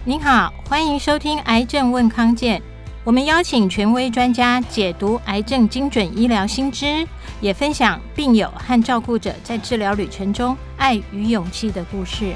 您好，欢迎收听癌症问康健，我们邀请权威专家解读癌症精准医疗新知，也分享病友和照顾者在治疗旅程中爱与勇气的故事。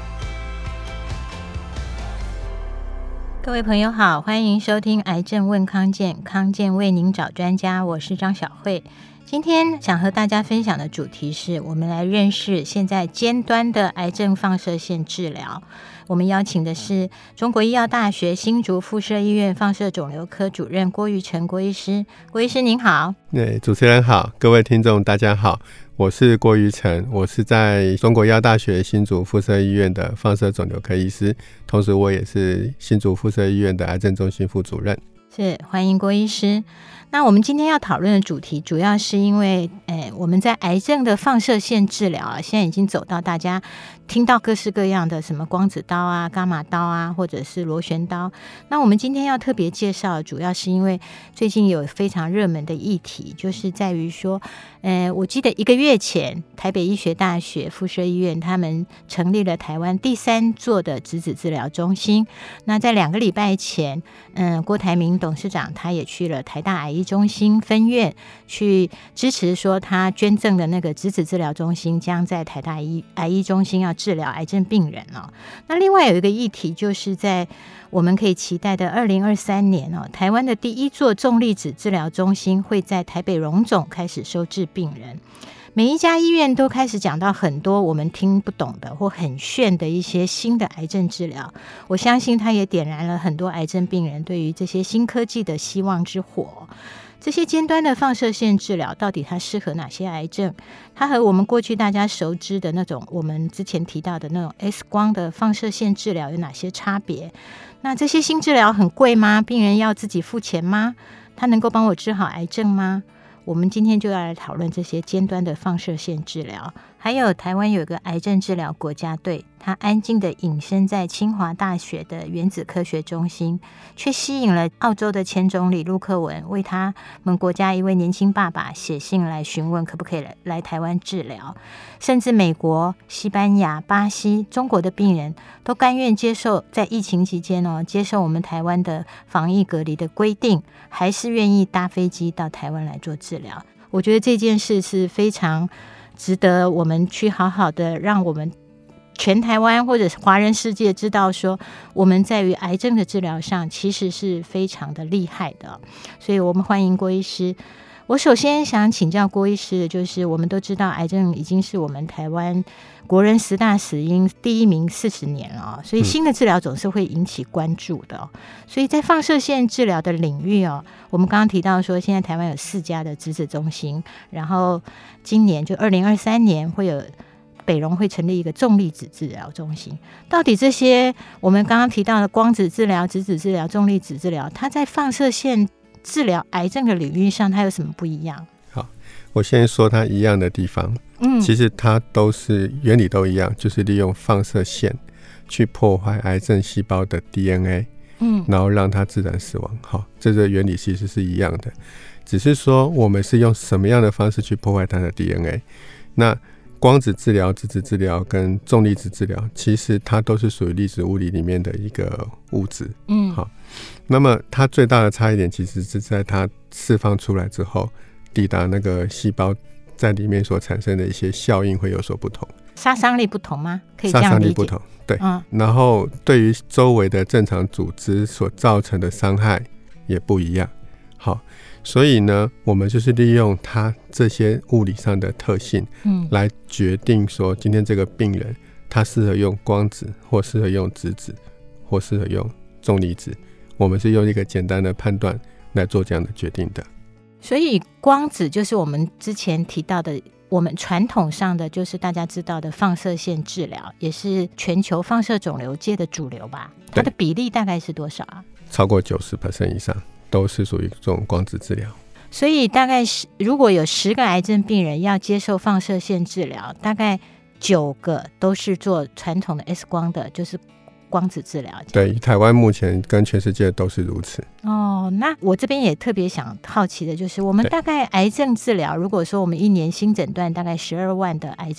各位朋友好，欢迎收听癌症问康健，康健为您找专家，我是张晓慧。今天想和大家分享的主题是，我们来认识现在尖端的癌症放射线治疗。我们邀请的是中国医药大学新竹附设医院放射肿瘤科主任郭于成郭医师。郭医师您好。 主持人好，各位听众大家好，我是郭于成，我是在中国医药大学新竹附设医院的放射肿瘤科医师，同时我也是新竹附设医院的癌症中心副主任。 是，欢迎郭医师。那我们今天要讨论的主题主要是因为我们在癌症的放射线治疗啊，现在已经走到大家听到各式各样的什么光子刀啊、伽马刀啊，或者是螺旋刀。那我们今天要特别介绍，主要是因为最近有非常热门的议题，就是在于说我记得1个月前台北医学大学附设医院他们成立了台湾第3座的质子治疗中心。那在2个礼拜前郭台铭董事长他也去了台大癌医中心分院去支持，说他捐赠的那个质子治疗中心将在台大癌医中心要治疗癌症病人哦。那另外有一个议题，就是在我们可以期待的2023年哦，台湾的第1座重粒子治疗中心会在台北荣总开始收治病人。每一家医院都开始讲到很多我们听不懂的或很炫的一些新的癌症治疗，我相信它也点燃了很多癌症病人对于这些新科技的希望之火。这些尖端的放射线治疗到底它适合哪些癌症？它和我们过去大家熟知的那种我们之前提到的那种 X 光的放射线治疗有哪些差别？那这些新治疗很贵吗？病人要自己付钱吗？它能够帮我治好癌症吗？我们今天就要来讨论这些尖端的放射线治疗。还有台湾有一个癌症治疗国家队，它安静的隐身在清华大学的原子科学中心，却吸引了澳洲的前总理陆克文为他们国家一位年轻爸爸写信来询问可不可以来台湾治疗。甚至美国、西班牙、巴西、中国的病人都甘愿接受在疫情期间接受我们台湾的防疫隔离的规定，还是愿意搭飞机到台湾来做治疗。我觉得这件事是非常值得我们去好好的让我们全台湾或者是华人世界知道，说我们在于癌症的治疗上其实是非常的厉害的。所以我们欢迎郭医师。我首先想请教郭医师的就是，我们都知道癌症已经是我们台湾国人10大死因第1名40年了，所以新的治疗总是会引起关注的。所以在放射线治疗的领域我们刚刚提到说现在台湾有4家的质子中心，然后今年就2023年会有北荣会成立一个重粒子治疗中心。到底这些我们刚刚提到的光子治疗、质子治疗、重粒子治疗，它在放射线治疗癌症的领域上它有什么不一样？ 好，我先说它一样的地方。其实它都是原理都一样，就是利用放射线去破坏癌症细胞的 DNA，然后让它自然死亡。好，这个原理其实是一样的，只是说我们是用什么样的方式去破坏它的 DNA。那光子治疗、质子治疗跟重粒子治疗，其实它都是属于粒子物理里面的一个物质。好，那么它最大的差异点其实是在它释放出来之后，抵达那个细胞在里面所产生的一些效应会有所不同。 杀伤力不同吗？可以这样理解？杀伤力不同，对。然后对于周围的正常组织所造成的伤害也不一样。好，所以呢，我们就是利用它这些物理上的特性，来决定说今天这个病人他适合用光子，或适合用质子，或适合用重离子。我们是用一个简单的判断来做这样的决定的。 所以光子就是我们之前提到的，我们传统上的就是大家知道的放射线治疗，也是全球放射肿瘤界的主流吧？它的比例大概是多少啊？ 超过 90% 以上都是属于这种光子治疗。 所以大概如果有10个癌症病人要接受放射线治疗，大概9个都是做传统的 X 光的，就是光子治疗。 对，台湾目前跟全世界都是如此。 那我这边也特别想好奇的就是，我们大概癌症治疗，如果说我们1年新诊断大概12万的癌症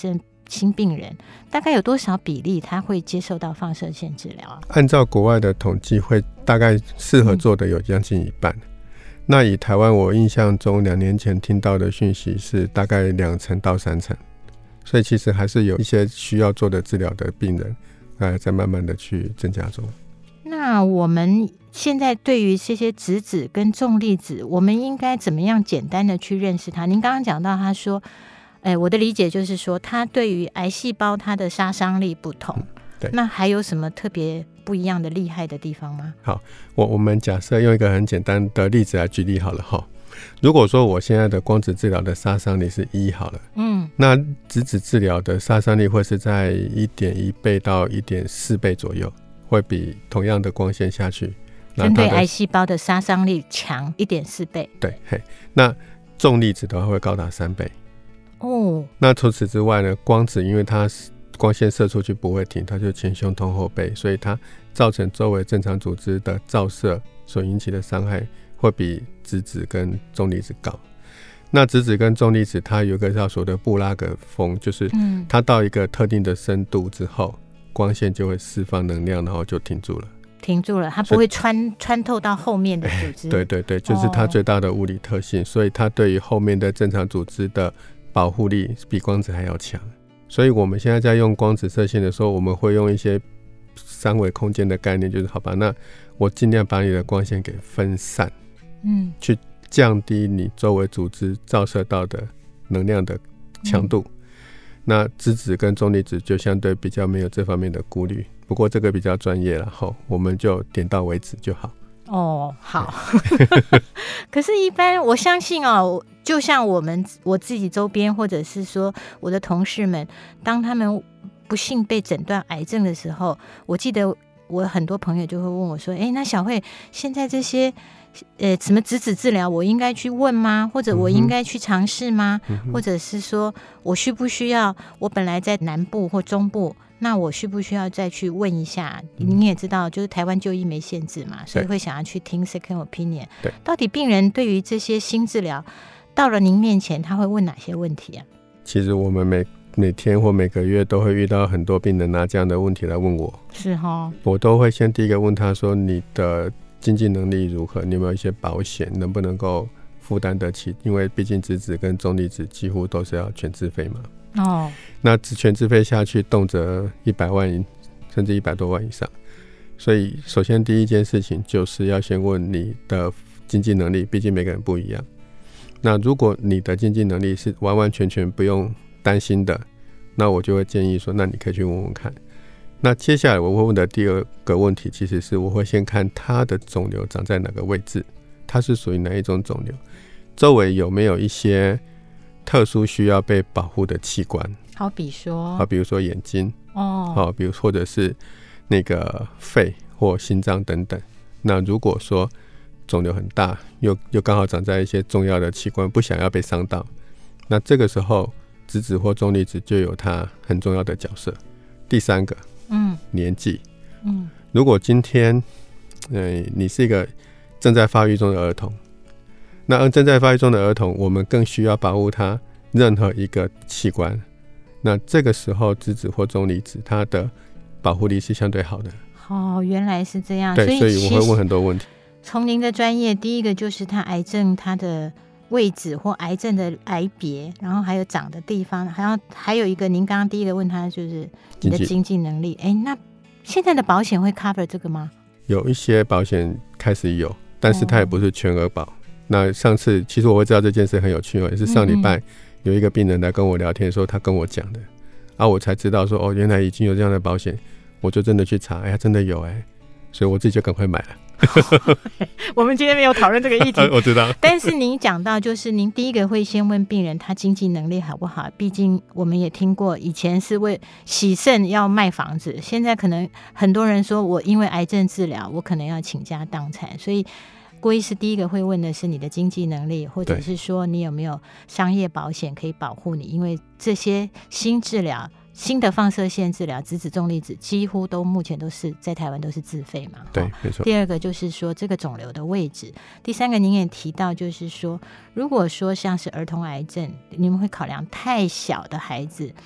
新病人，大概有多少比例他会接受到放射线治疗啊？ 按照国外的统计，会大概适合做的有将近一半。那以台湾，我印象中2年前听到的讯息是大概2成到3成，所以其实还是有一些需要做的治疗的病人，在慢慢的去增加中。 那我们现在对于这些质子跟重粒子，我们应该怎么样简单的去认识它？您刚刚讲到他说，我的理解就是说，它对于癌细胞它的杀伤力不同。 对， 那还有什么特别不一样的厉害的地方吗？ 好，我们假设用一个很简单的例子来举例好了哈。如果说我现在的光子治疗的杀伤力是1好了，那质子治疗的杀伤力会是在 1.1 倍到 1.4 倍左右，会比同样的光线下去， 针对癌细胞的杀伤力强 1.4 倍。 对，那重粒子的话会高达3倍。那除此之外呢，光子因为它光线射出去不会停，它就前胸通后背，所以它造成周围正常组织的照射所引起的伤害会比质子跟重粒子高。那质子跟重粒子它有一个叫所谓的布拉格峰，就是它到一个特定的深度之后，光线就会释放能量，然后就停住了， 它不会穿透到后面的组织。 对，就是它最大的物理特性，所以它对于后面的正常组织的保护力比光子还要强。所以我们现在在用光子射线的时候，我们会用一些三维空间的概念，就是好吧，那我尽量把你的光线给分散，去降低你周围组织照射到的能量的强度。那质子跟重粒子就相对比较没有这方面的顾虑，不过这个比较专业啦，我们就点到为止就好。 好。可是一般我相信就像我自己周边，或者是说我的同事们，当他们不幸被诊断癌症的时候，我记得我很多朋友就会问我说，那小慧，现在这些什么质子治疗我应该去问吗？或者我应该去尝试吗？或者是说我需不需要，我本来在南部或中部，那我需不需要再去问一下？您也知道，就是台湾就医没限制嘛，所以会想要去听 second opinion。到底病人对于这些新治疗到了您面前，他会问哪些问题啊？ 其实我们每天或每个月都会遇到很多病人拿这样的问题来问我。 是我都会先第一个问他说，你的经济能力如何？你有没有一些保险能不能够负担得起？因为毕竟质子跟重粒子几乎都是要全自费嘛。那全自费下去动辄100万甚至100多万以上，所以首先第一件事情就是要先问你的经济能力，毕竟每个人不一样。那如果你的经济能力是完完全全不用担心的，那我就会建议说，那你可以去问问看。那接下来我会问的第二个问题，其实是我会先看它的肿瘤长在哪个位置，它是属于哪一种肿瘤，周围有没有一些特殊需要被保护的器官， 好比如说眼睛，比如或者是那个肺或心脏等等。那如果说肿瘤很大，又刚好长在一些重要的器官，不想要被伤到，那这个时候质子或重粒子就有它很重要的角色。第三个，年纪，如果今天你是一个正在发育中的儿童，那正在发育中的儿童，我们更需要保护他任何一个器官，那这个时候质子或重粒子它的保护力是相对好的。 原来是这样。 对，所以我会问很多问题。 从您的专业，第一个就是它癌症它的位置或癌症的癌别，然后还有长的地方，还有一个您刚刚第一个问他就是你的经济能力。那现在的保险会 cover 这个吗？ 有一些保险开始有，但是它也不是全额保。那上次其实我会知道这件事很有趣也是上礼拜有一个病人来跟我聊天的时候，他跟我讲的，我才知道说原来已经有这样的保险，我就真的去查，真的有所以我自己就赶快买了。 我们今天没有讨论这个议题我知道。 但是您讲到就是您第一个会先问病人他经济能力好不好，毕竟我们也听过以前是为洗肾要卖房子，现在可能很多人说我因为癌症治疗我可能要倾家荡产，所以郭医师第一个会问的是你的经济能力，或者是说你有没有商业保险可以保护你，因为这些新的放射线治疗质子重粒子几乎都目前都是在台湾都是自费嘛。 对，没错。 第二个就是说这个肿瘤的位置，第三个您也提到就是说如果说像是儿童癌症，你们会考量太小的孩子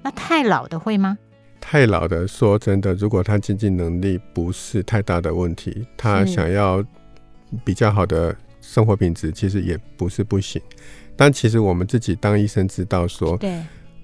那太老的会吗？ 太老的，说真的，如果他经济能力不是太大的问题，他想要比较好的生活品质，其实也不是不行。但其实我们自己当医生知道说，对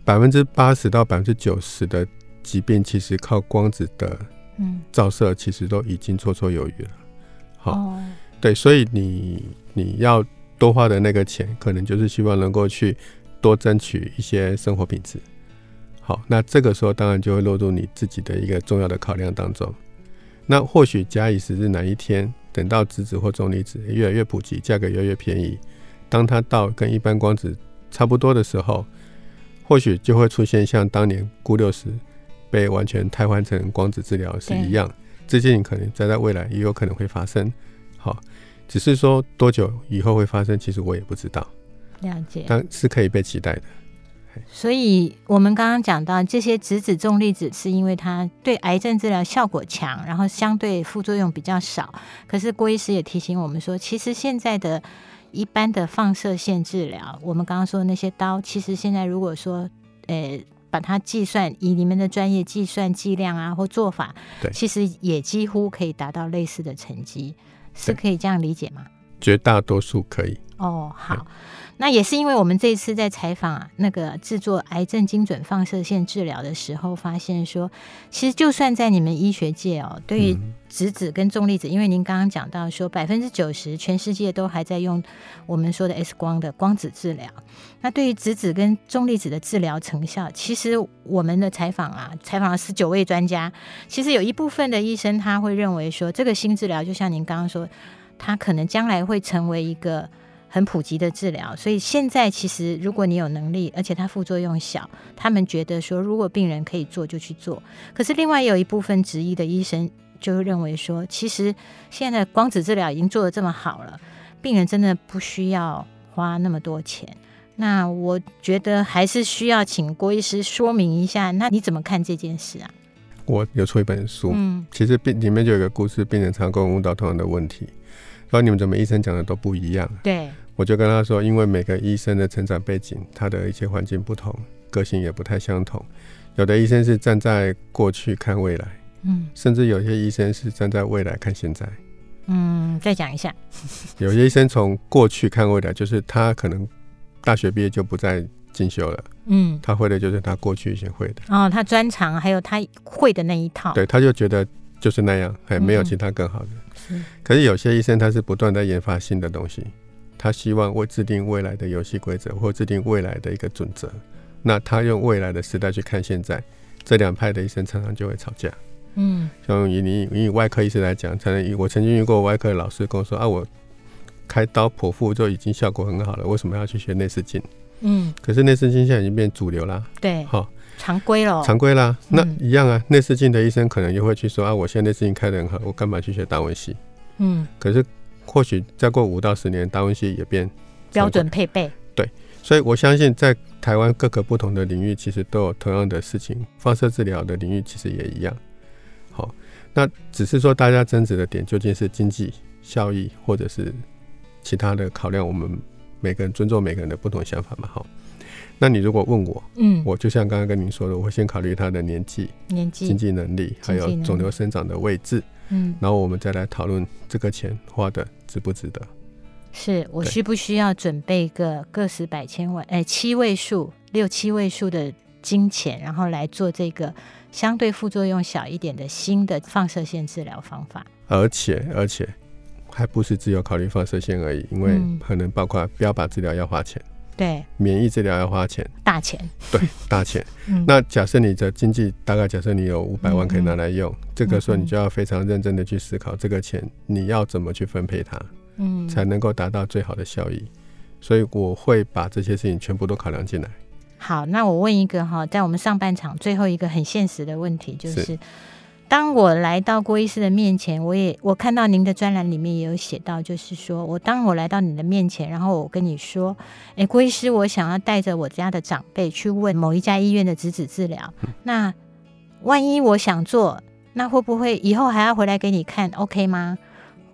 ，80%到90%的疾病其实靠光子的照射其实都已经绰绰有余了。好，对，所以你要多花的那个钱，可能就是希望能够去多争取一些生活品质。好，那这个时候当然就会落入你自己的一个重要的考量当中。那或许假以时日，哪一天等到质子或重离子越来越普及，价格越来越便宜，当它到跟一般光子差不多的时候，或许就会出现像当年钴60被完全替换成光子治疗是一样，这件事情可能在未来也有可能会发生。好，只是说多久以后会发生，其实我也不知道。 了解， 但是可以被期待的。 所以我们刚刚讲到这些质子重粒子是因为它对癌症治疗效果强，然后相对副作用比较少。可是郭医师也提醒我们说，其实现在的一般的放射线治疗，我们刚刚说的那些刀，其实现在如果说把它计算，以你们的专业计算剂量啊或做法，其实也几乎可以达到类似的成绩，是可以这样理解吗？ 绝大多数可以。 好，那也是因为我们这一次在采访那个制作癌症精准放射线治疗的时候，发现说，其实就算在你们医学界对于质子跟重粒子，因为您刚刚讲到说90%全世界都还在用我们说的 X 光的光子治疗，那对于质子跟重粒子的治疗成效，其实我们的采访了19位专家，其实有一部分的医生他会认为说，这个新治疗就像您刚刚说，它可能将来会成为一个很普及的治疗，所以现在其实如果你有能力，而且它副作用小，他们觉得说如果病人可以做就去做。可是另外有一部分执医的医生就认为说，其实现在光子治疗已经做得这么好了，病人真的不需要花那么多钱。那我觉得还是需要请郭医师说明一下，那你怎么看这件事啊？ 我有出一本书，其实里面就有一个故事，病人常跟我问到同样的问题，说你们怎么医生讲的都不一样？对，我就跟他说，因为每个医生的成长背景，他的一些环境不同，个性也不太相同。有的医生是站在过去看未来，甚至有些医生是站在未来看现在。 再讲一下。 有些医生从过去看未来，就是他可能大学毕业就不再进修了，他会的就是他过去以前会的， 他专长还有他会的那一套， 对，他就觉得就是那样，没有其他更好的。可是有些医生他是不断在研发新的东西，他希望制定未来的游戏规则或制定未来的一个准则，那他用未来的时代去看现在，这两派的医生常常就会吵架。像以外科医师来讲，我曾经遇过外科的老师跟我说我开刀剖腹就已经效果很好了，为什么要去学内视镜？可是内视镜现在已经变主流啦，对，常规啦。那一样啊，内视镜的医生可能又会去说我现在内视镜开得很好，我干嘛去学达文西？可是或许再过5到10年，达文西也变标准配备。 对，所以我相信在台湾各个不同的领域其实都有同样的事情，放射治疗的领域其实也一样。好，那只是说大家争执的点究竟是经济效益或者是其他的考量，我们每个人尊重每个人的不同想法嘛。好，那你如果问我，我就像刚刚跟您说的，我会先考虑他的年纪、经济能力，还有肿瘤生长的位置，然后我们再来讨论这个钱花的值不值得。 是我需不需要准备个个十百千万7位数6、7位数的金钱，然后来做这个相对副作用小一点的新的放射线治疗方法。而且还不是只有考虑放射线而已，因为可能包括标靶治疗要花钱，对，免疫治疗要花钱，大钱，对，大钱。那假设你的经济大概假设你有500万可以拿来用，这个时候你就要非常认真的去思考这个钱你要怎么去分配它，才能够达到最好的效益。所以我会把这些事情全部都考量进来。好，那我问一个在我们上半场最后一个很现实的问题，就是当我来到郭医师的面前，我看到您的专栏里面也有写到，就是说当我来到你的面前，然后我跟你说郭医师，我想要带着我家的长辈去问某一家医院的质子治疗，那万一我想做，那会不会以后还要回来给你看 OK 吗？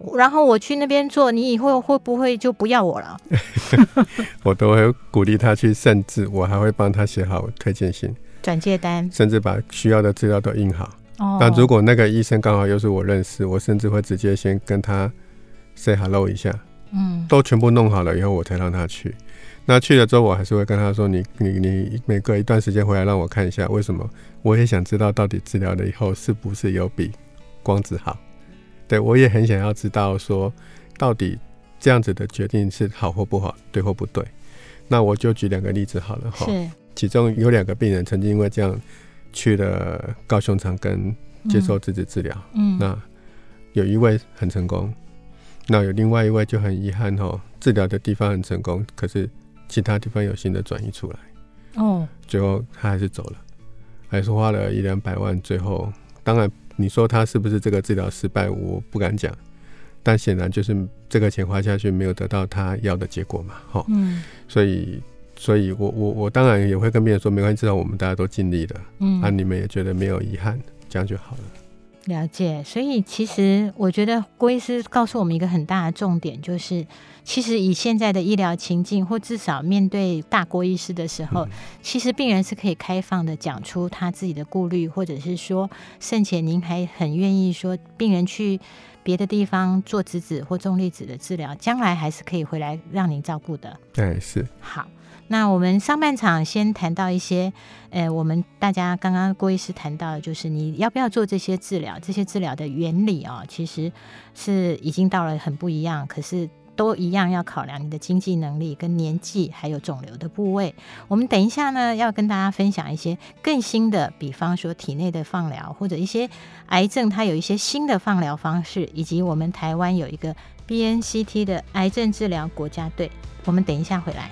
然后我去那边做，你以后会不会就不要我了？ 我都会鼓励他去，甚至我还会帮他写好推荐信、 转介单， 甚至把需要的资料都印好。那如果那个医生刚好又是我认识，我甚至会直接先跟他 say hello 一下，都全部弄好了以后我才让他去。那去了之后我还是会跟他说，你每隔一段时间回来让我看一下，为什么？我也想知道到底治疗了以后是不是有比光子好。对，我也很想要知道说到底这样子的决定是好或不好，对或不对。那我就举2个例子好了。是，其中有2个病人曾经因为这样去了高雄长庚接受质子治疗，那有一位很成功，那有另外一位就很遗憾，治疗的地方很成功，可是其他地方有新的转移出来，最后他还是走了，还是花了100-200万，最后当然你说他是不是这个治疗失败我不敢讲，但显然就是这个钱花下去没有得到他要的结果嘛，所以我当然也会跟病人说，没关系，至少我们大家都尽力了，你们也觉得没有遗憾，这样就好了。 了解。所以其实我觉得郭医师告诉我们一个很大的重点，就是其实以现在的医疗情境，或至少面对大郭医师的时候，其实病人是可以开放的讲出他自己的顾虑，或者是说甚且您还很愿意说病人去别的地方做质子或重粒子的治疗，将来还是可以回来让您照顾的。 对，是。 好，那我们上半场先谈到一些我们大家刚刚郭医师谈到的，就是你要不要做这些治疗，这些治疗的原理其实是已经到了很不一样，可是都一样要考量你的经济能力跟年纪还有肿瘤的部位。我们等一下呢要跟大家分享一些更新的，比方说体内的放疗，或者一些癌症它有一些新的放疗方式，以及我们台湾有一个 BNCT 的癌症治疗国家队。我们等一下回来。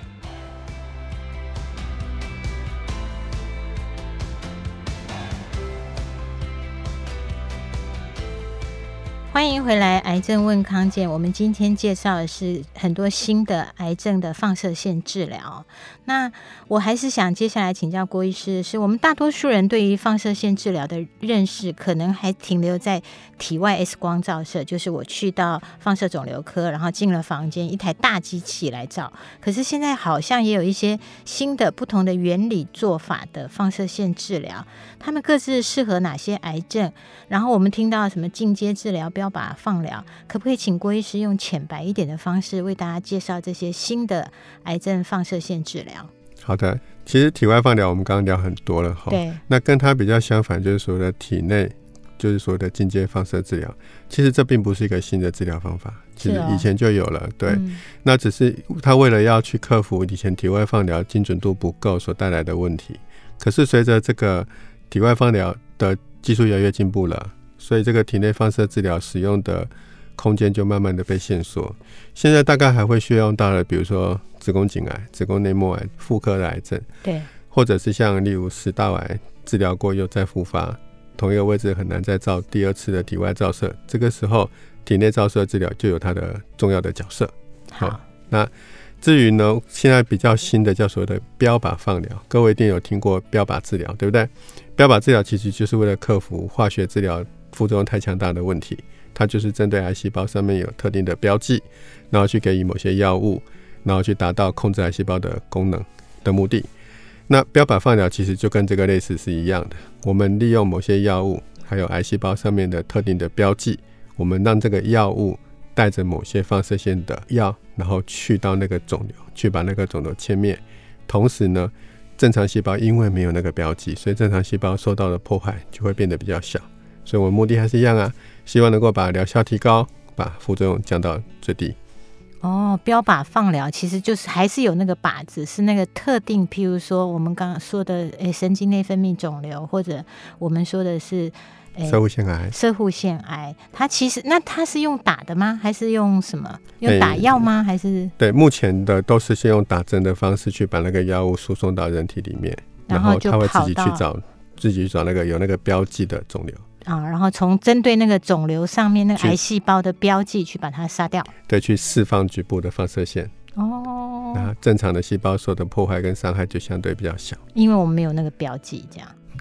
欢迎回来，癌症问康健。我们今天介绍的是很多新的癌症的放射线治疗。那我还是想接下来请教郭医师的是，我们大多数人对于放射线治疗的认识可能还停留在体外 X 光照射，就是我去到放射肿瘤科，然后进了房间，一台大机器来照。可是现在好像也有一些新的不同的原理做法的放射线治疗，他们各自适合哪些癌症？然后我们听到什么进阶治疗、标靶放疗，可不可以请郭医师用浅白一点的方式为大家介绍这些新的癌症放射线治疗？ 好的，其实体外放疗我们刚刚聊很多了，对，那跟它比较相反就是所谓的体内，就是所谓的进阶放射治疗。其实这并不是一个新的治疗方法，其实以前就有了，对，那只是它为了要去克服以前体外放疗精准度不够所带来的问题。可是随着这个体外放疗的技术越来越进步了，所以这个体内放射治疗使用的空间就慢慢的被限缩。现在大概还会需要用到了，比如说子宫颈癌、子宫内膜癌、妇科的癌症，对，或者是像例如食道癌治疗过又再复发，同一个位置很难再照第2次的体外照射，这个时候体内照射治疗就有它的重要的角色。好，那至于呢，现在比较新的叫所谓的标靶放疗，各位一定有听过标靶治疗，对不对？标靶治疗其实就是为了克服化学治疗副作用太强大的问题，它就是针对癌细胞上面有特定的标记，然后去给予某些药物，然后去达到控制癌细胞的功能的目的。那标靶放疗其实就跟这个类似是一样的，我们利用某些药物还有癌细胞上面的特定的标记，我们让这个药物带着某些放射线的药，然后去到那个肿瘤，去把那个肿瘤切灭。同时呢，正常细胞因为没有那个标记，所以正常细胞受到的破坏就会变得比较小。所以我们目的还是一样啊，希望能够把疗效提高，把副作用降到最低。 标靶放疗其实就是还是有那个靶子，是那个特定，譬如说我们刚刚说的神经内分泌肿瘤，或者我们说的是攝護腺癌。 攝護腺癌，它其实那它是用打的吗？还是用什么？用打药吗？还是？ 对，目前的都是先用打针的方式去把那个药物输送到人体里面，然后它会自己去找那个有那个标记的肿瘤。 然后从针对那个肿瘤上面那个癌细胞的标记去把它杀掉， 对，去释放局部的放射线。那正常的细胞受的破坏跟伤害就相对比较小， 因为我们没有那个标记，这样。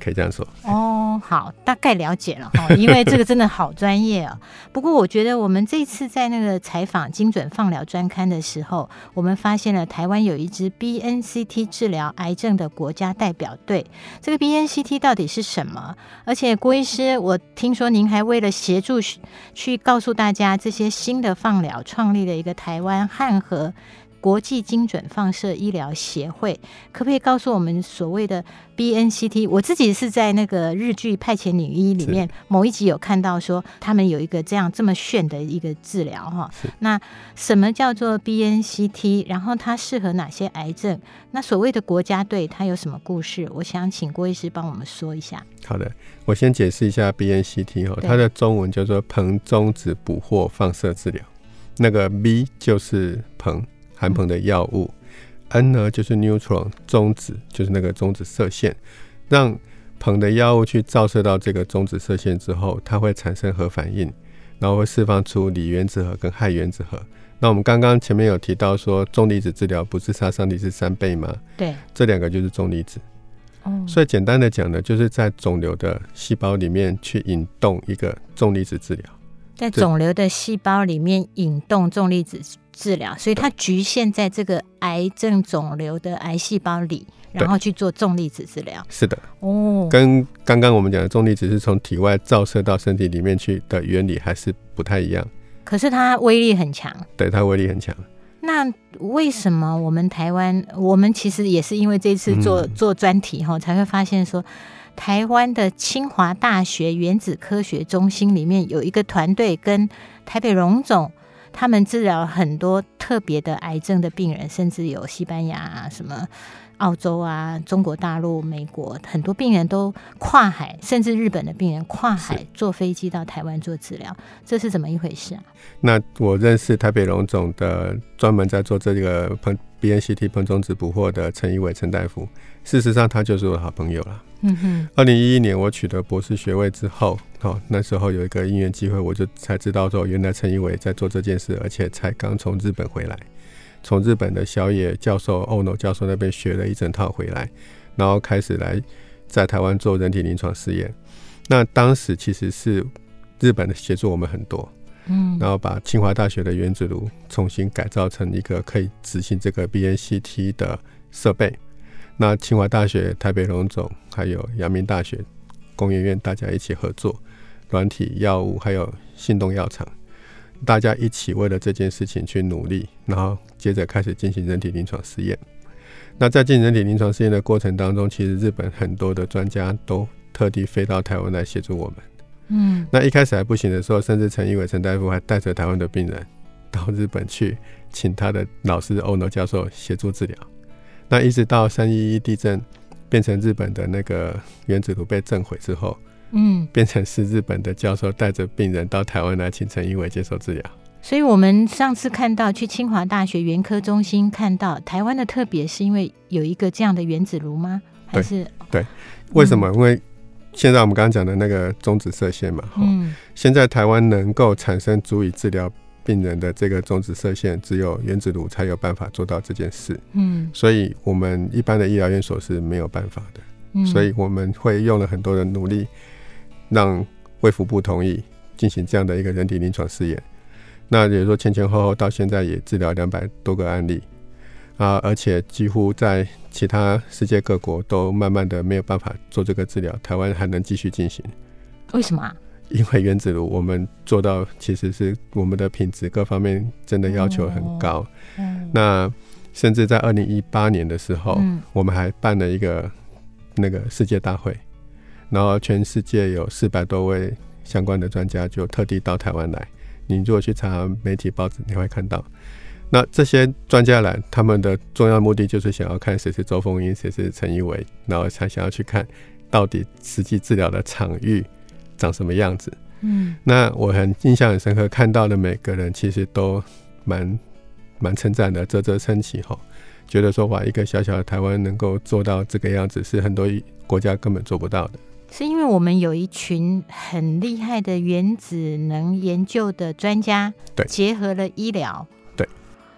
可以这样说。 好，大概了解了因为这个真的好专业哦。不过我觉得我们这次在那个采访精准放疗专刊的时候，我们发现了台湾有一支 BNCT 治疗癌症的国家代表队。这个 BNCT 到底是什么？而且郭医师，我听说您还为了协助去告诉大家这些新的放疗，创立了一个台湾汉和国际精准放射医疗协会。可不可以告诉我们所谓的 BNCT？ 我自己是在那个日剧《派遣女医》里面某一集有看到说他们有一个这么炫的一个治疗那什么叫做 BNCT？ 然后它适合哪些癌症？那所谓的国家队它有什么故事？我想请郭医师帮我们说一下。 好的，我先解释一下 BNCT 它的中文叫做硼中子捕获放射治疗。那个 B 就是硼，含硼的药物。N 呢就是 neutron 中子，就是那个中子射线，让硼的药物去照射到这个中子射线之后，它会产生核反应，然后会释放出锂原子核跟氦原子核。那我们刚刚前面有提到说重离子治疗不是杀伤力是3倍吗？ 对， 这2个就是重离子。所以简单的讲呢，就是在肿瘤的细胞里面去引动一个重离子治疗， 在肿瘤的细胞里面引动重离子治疗，所以它局限在这个癌症肿瘤的癌细胞里，然后去做重离子治疗。 是的，跟刚刚我们讲的重离子是从体外照射到身体里面去的原理还是不太一样。 可是它威力很强。 对，它威力很强。 那为什么我们台湾，我们其实也是因为这次做专题才会发现说，台湾的清华大学原子科学中心里面有一个团队跟台北荣总，他们治疗很多特别的癌症的病人，甚至有西班牙什么澳洲啊、中国大陆、美国，很多病人都跨海，甚至日本的病人跨海坐飞机到台湾做治疗，这是怎么一回事啊？ 那我认识台北荣总的专门在做这个 BNCT 硼中子捕获的陈一伟陈大夫，事实上他就是我的好朋友了。2011年我取得博士学位之后，那时候有一个因缘机会，我就才知道说原来陈一伟在做这件事，而且才刚从日本回来，从日本的小野教授、欧野教授那边学了一整套回来，然后开始来在台湾做人体临床试验。那当时其实是日本协助我们很多，然后把清华大学的原子炉重新改造成一个可以执行这个 BNCT 的设备。那清华大学、台北荣总还有阳明大学工研院大家一起合作，软体药物还有信动药厂，大家一起为了这件事情去努力，然后接着开始进行人体临床试验。那在进行人体临床试验的过程当中，其实日本很多的专家都特地飞到台湾来协助我们。那一开始还不行的时候，甚至陈一伟陈大夫还带着台湾的病人到日本去，请他的老师欧野教授协助治疗。那一直到311地震变成日本的那个原子炉被震毁之后，变成是日本的教授带着病人到台湾来请陈一伟接受治疗。 所以我们上次看到去清华大学原科中心看到台湾的特别是因为有一个这样的原子炉吗？还是对，为什么？因为现在我们刚刚讲的那个中子射线嘛，现在台湾能够产生足以治疗病人的这个中子射线，只有原子炉才有办法做到这件事。所以我们一般的医疗院所是没有办法的。所以我们会用了很多的努力，让卫福部同意进行这样的一个人体临床试验。那也就是说前后后到现在也治疗200多个案例而且几乎在其他世界各国都慢慢的没有办法做这个治疗，台湾还能继续进行。 为什么啊？ 因为原子炉我们做到其实是我们的品质各方面真的要求很高。那甚至在2018年的时候，我们还办了一个那个世界大会，然后全世界有400多位相关的专家就特地到台湾来。你如果去查媒体报纸你会看到，那这些专家来他们的重要目的就是想要看谁是周凤英谁是陈一伟，然后才想要去看到底实际治疗的场域长什么样子。那我很印象很深刻，看到的每个人其实都蛮称赞的，啧啧称奇觉得说哇，一个小小的台湾能够做到这个样子是很多国家根本做不到的。 是因为我们有一群很厉害的原子能研究的专家，结合了医疗。 对，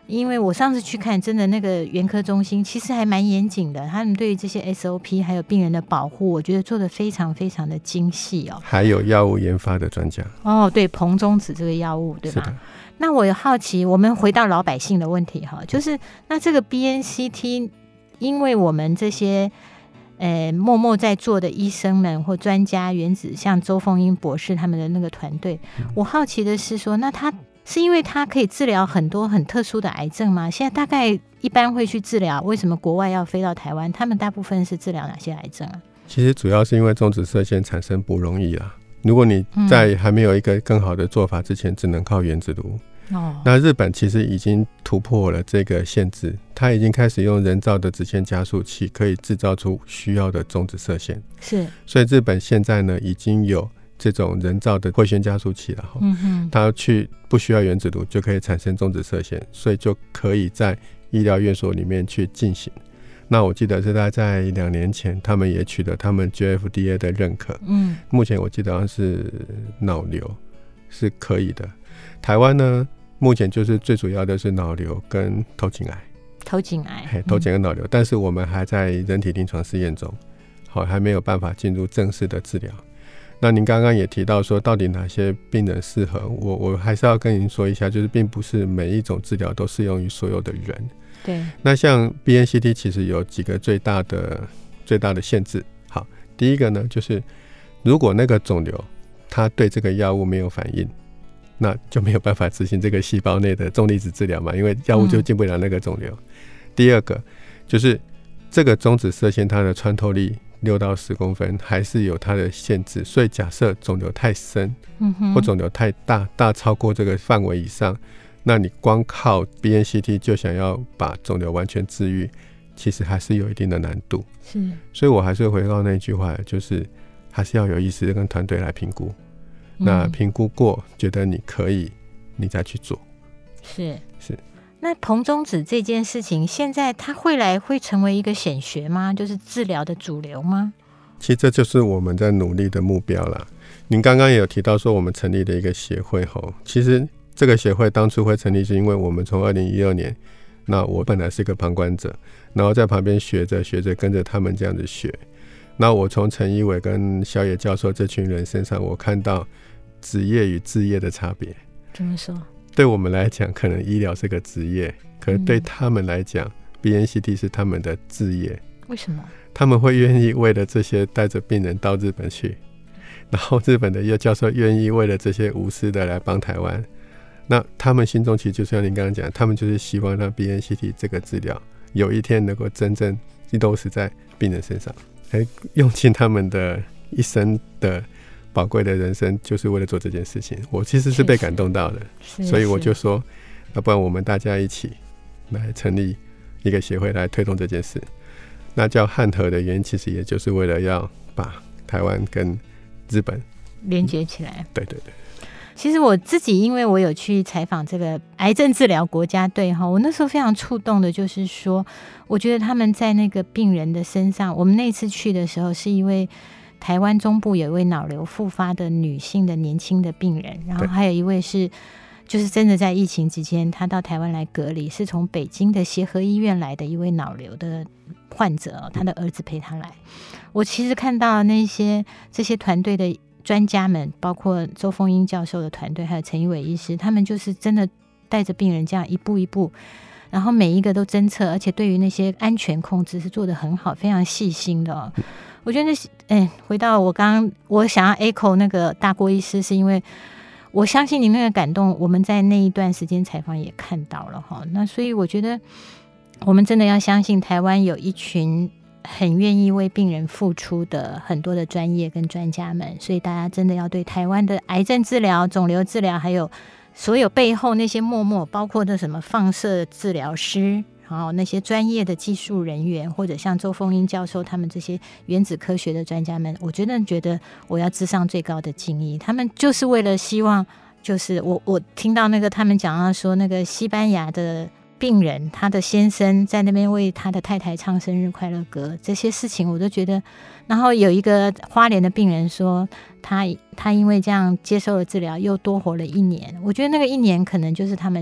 因为我上次去看，真的那个原科中心其实还蛮严谨的，他们对于这些 SOP 还有病人的保护，我觉得做得非常非常的精细哦。 还有药物研发的专家哦，对，硼中酯这个药物，对吧？那我有好奇，我们回到老百姓的问题哈，就是那这个 BNCT， 因为我们这些默默在做的医生们或专家原子，像周凤英博士他们的那个团队，我好奇的是说，那他是因为它可以治疗很多很特殊的癌症吗？现在大概一般会去治疗，为什么国外要飞到台湾？他们大部分是治疗哪些癌症啊？ 其实主要是因为中子射线产生不容易啦。如果你在还没有一个更好的做法之前，只能靠原子炉。那日本其实已经突破了这个限制，它已经开始用人造的直线加速器，可以制造出需要的中子射线。 是， 所以日本现在呢已经有这种人造的回旋加速器了，它不需要原子炉就可以产生中子射线，所以就可以在医疗院所里面去进行。那我记得是大概在2年前，他们也取得他们 FDA 的认可。目前我记得好像是脑瘤是可以的。台湾呢，目前就是最主要的是脑瘤跟头颈癌。 头颈癌， 头颈跟脑瘤，但是我们还在人体临床试验中，还没有办法进入正式的治疗。那您刚刚也提到说，到底哪些病人适合我还是要跟您说一下，就是并不是每一种治疗都适用于所有的人。 对。 那像 BNCT 其实有几个最大的限制。好，第一个呢，就是如果那个肿瘤它对这个药物没有反应，那就没有办法执行这个细胞内的重离子治疗嘛，因为药物就进不了那个肿瘤。第二个就是这个中子射线它的穿透力6到10公分还是有它的限制，所以假设肿瘤太深，或肿瘤太大超过这个范围以上，那你光靠 BNCT 就想要把肿瘤完全治愈，其实还是有一定的难度。 是， 所以我还是回到那句话，就是还是要有医师跟团队来评估。那评估过觉得你可以，你再去做。是。 那硼中酯这件事情，现在它会成为一个显学吗？就是治疗的主流吗？ 其实这就是我们在努力的目标啦。您刚刚也有提到说我们成立的一个协会，其实这个协会当初会成立是因为我们从2016年，那我本来是个旁观者，然后在旁边学着跟着他们这样子学。那我从陈一伟跟萧野教授这群人身上，我看到职业与志业的差别。 怎么说？ 对我们来讲，可能医疗是个职业，可是对他们来讲，BNCT 是他们的志业。 为什么？ 他们会愿意为了这些带着病人到日本去，然后日本的叶教授愿意为了这些无私的来帮台湾。那他们心中其实就像您刚刚讲，他们就是希望让 BNCT 这个治疗有一天能够真正落实在病人身上，来用尽他们的一生的宝贵的人生，就是为了做这件事情。我其实是被感动到的，所以我就说，要不然我们大家一起来成立一个协会来推动这件事。那叫汉和的原因，其实也就是为了要把台湾跟日本连接起来。 对对对。 其实我自己，因为我有去采访这个癌症治疗国家队哈，我那时候非常触动的，就是说，我觉得他们在那个病人的身上，我们那次去的时候，是一位台湾中部有一位脑瘤复发的女性的年轻的病人，然后还有一位是就是真的在疫情之间，她到台湾来隔离，是从北京的协和医院来的一位脑瘤的患者，他的儿子陪他来。我其实看到这些团队的专家们，包括周凤英教授的团队，还有陈一伟医师，他们就是真的带着病人这样一步一步，然后每一个都侦测，而且对于那些安全控制是做得很好，非常细心的。我觉得回到我想要 echo 那个大郭医师，是因为我相信您那个感动，我们在那一段时间采访也看到了哈。那所以我觉得我们真的要相信台湾有一群很愿意为病人付出的很多的专业跟专家们，所以大家真的要对台湾的癌症治疗、肿瘤治疗，还有所有背后那些默默，包括的什么放射治疗师，然后那些专业的技术人员，或者像周凤英教授他们这些原子科学的专家们，我觉得我要致上最高的敬意。他们就是为了希望，就是我听到那个他们讲到说，那个西班牙的病人，他的先生在那边为他的太太唱生日快乐歌，这些事情我都觉得。然后有一个花莲的病人说，他因为这样接受了治疗，又多活了1年。我觉得那个1年可能就是他们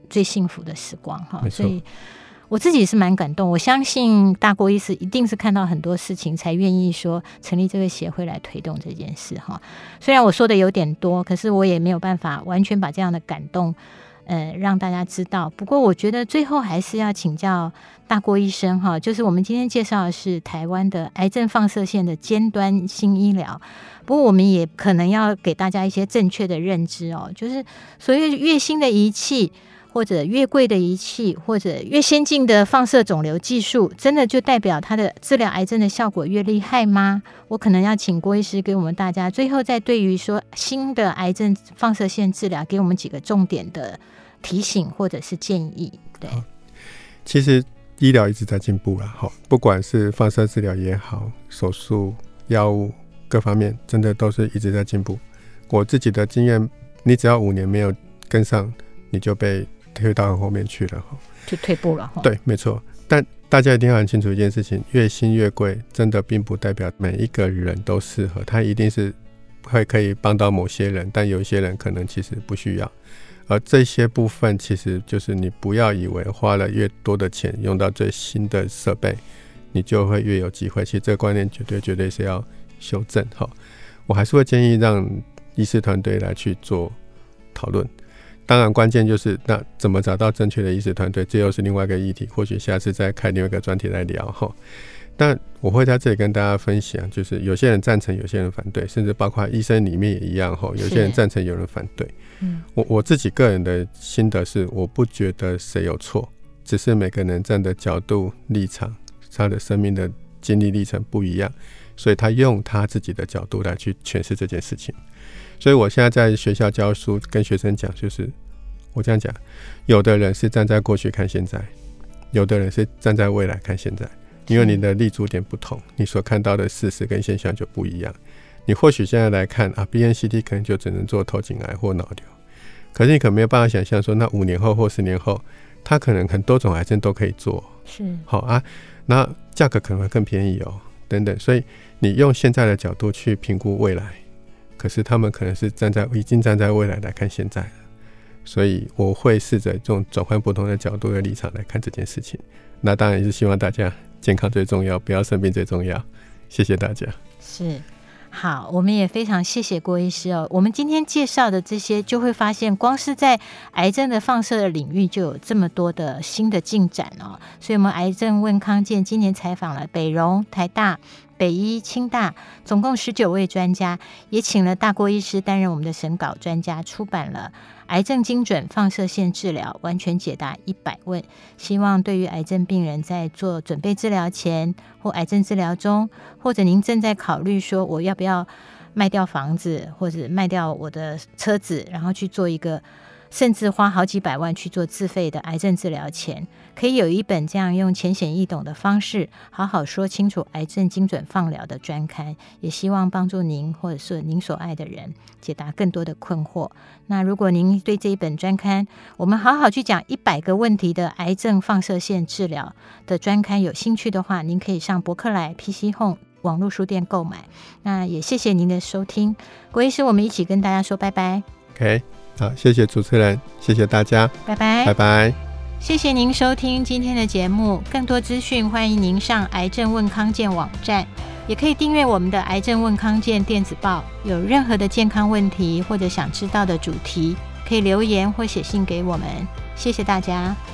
最幸福的时光哈。所以我自己是蛮感动，我相信大郭医师一定是看到很多事情才愿意说成立这个协会来推动这件事哈。虽然我说的有点多，可是我也没有办法完全把这样的感动让大家知道。不过我觉得最后还是要请教大郭医生哈，就是我们今天介绍的是台湾的癌症放射线的尖端新医疗，不过我们也可能要给大家一些正确的认知哦，就是所谓越新的仪器或者越贵的仪器或者越先进的放射肿瘤技术，真的就代表它的治疗癌症的效果越厉害吗？我可能要请郭医师给我们大家最后再对于说新的癌症放射线治疗给我们几个重点的提醒或者是建议。对， 其实医疗一直在进步啦，不管是放射治疗也好，手术、药物各方面真的都是一直在进步。我自己的经验，你只要5年没有跟上，你就被推到很后面去了， 就退步了。 对，没错。但大家一定要很清楚一件事情，越新越贵真的并不代表每一个人都适合，它一定是会可以帮到某些人，但有一些人可能其实不需要。而这些部分其实就是你不要以为花了越多的钱用到最新的设备你就会越有机会，其实这个观念绝对是要修正。我还是会建议让医师团队来去做讨论，当然关键就是那怎么找到正确的医师团队，这又是另外一个议题，或许下次再开另外一个专题来聊。但我会在这里跟大家分享，就是有些人赞成，有些人反对，甚至包括医生里面也一样，有些人赞成，有人反对。我自己个人的心得是，我不觉得谁有错，只是每个人站的角度、立场，他的生命的经历历程不一样，所以他用他自己的角度来去诠释这件事情。所以我现在在学校教书，跟学生讲，就是我这样讲，有的人是站在过去看现在，有的人是站在未来看现在，因为你的立足点不同，你所看到的事实跟现象就不一样。你或许现在来看BNCT 可能就只能做头颈癌或脑瘤，可是你可能没有办法想象说，那5年后或10年后，它可能很多种癌症都可以做， 是那价格可能会更便宜等等。所以你用现在的角度去评估未来，可是他们可能是已经站在未来来看现在了。所以我会试着这种转换不同的角度的立场来看这件事情。那当然也是希望大家健康最重要，不要生病最重要。谢谢大家。 是，好，我们也非常谢谢郭医师我们今天介绍的这些，就会发现光是在癌症的放射的领域就有这么多的新的进展所以我们癌症问康健今年采访了北荣、台大、北医、清大，总共19位专家，也请了大郭医师担任我们的审稿专家，出版了癌症精准放射线治疗完全解答100问，希望对于癌症病人在做准备治疗前或癌症治疗中，或者您正在考虑说我要不要卖掉房子或者卖掉我的车子，然后去做一个甚至花好几百万去做自费的癌症治疗前，可以有一本这样用浅显易懂的方式好好说清楚癌症精准放疗的专刊，也希望帮助您或者是您所爱的人解答更多的困惑。那如果您对这一本专刊我们好好去讲100个问题的癌症放射线治疗的专刊有兴趣的话，您可以上博客来、PC Home 网络书店购买。那也谢谢您的收听，郭医师，我们一起跟大家说拜拜。 OK， 好，谢谢主持人，谢谢大家， 拜拜， 拜拜。 谢谢您收听今天的节目，更多资讯欢迎您上癌症问康健网站，也可以订阅我们的癌症问康健电子报。有任何的健康问题或者想知道的主题，可以留言或写信给我们。谢谢大家。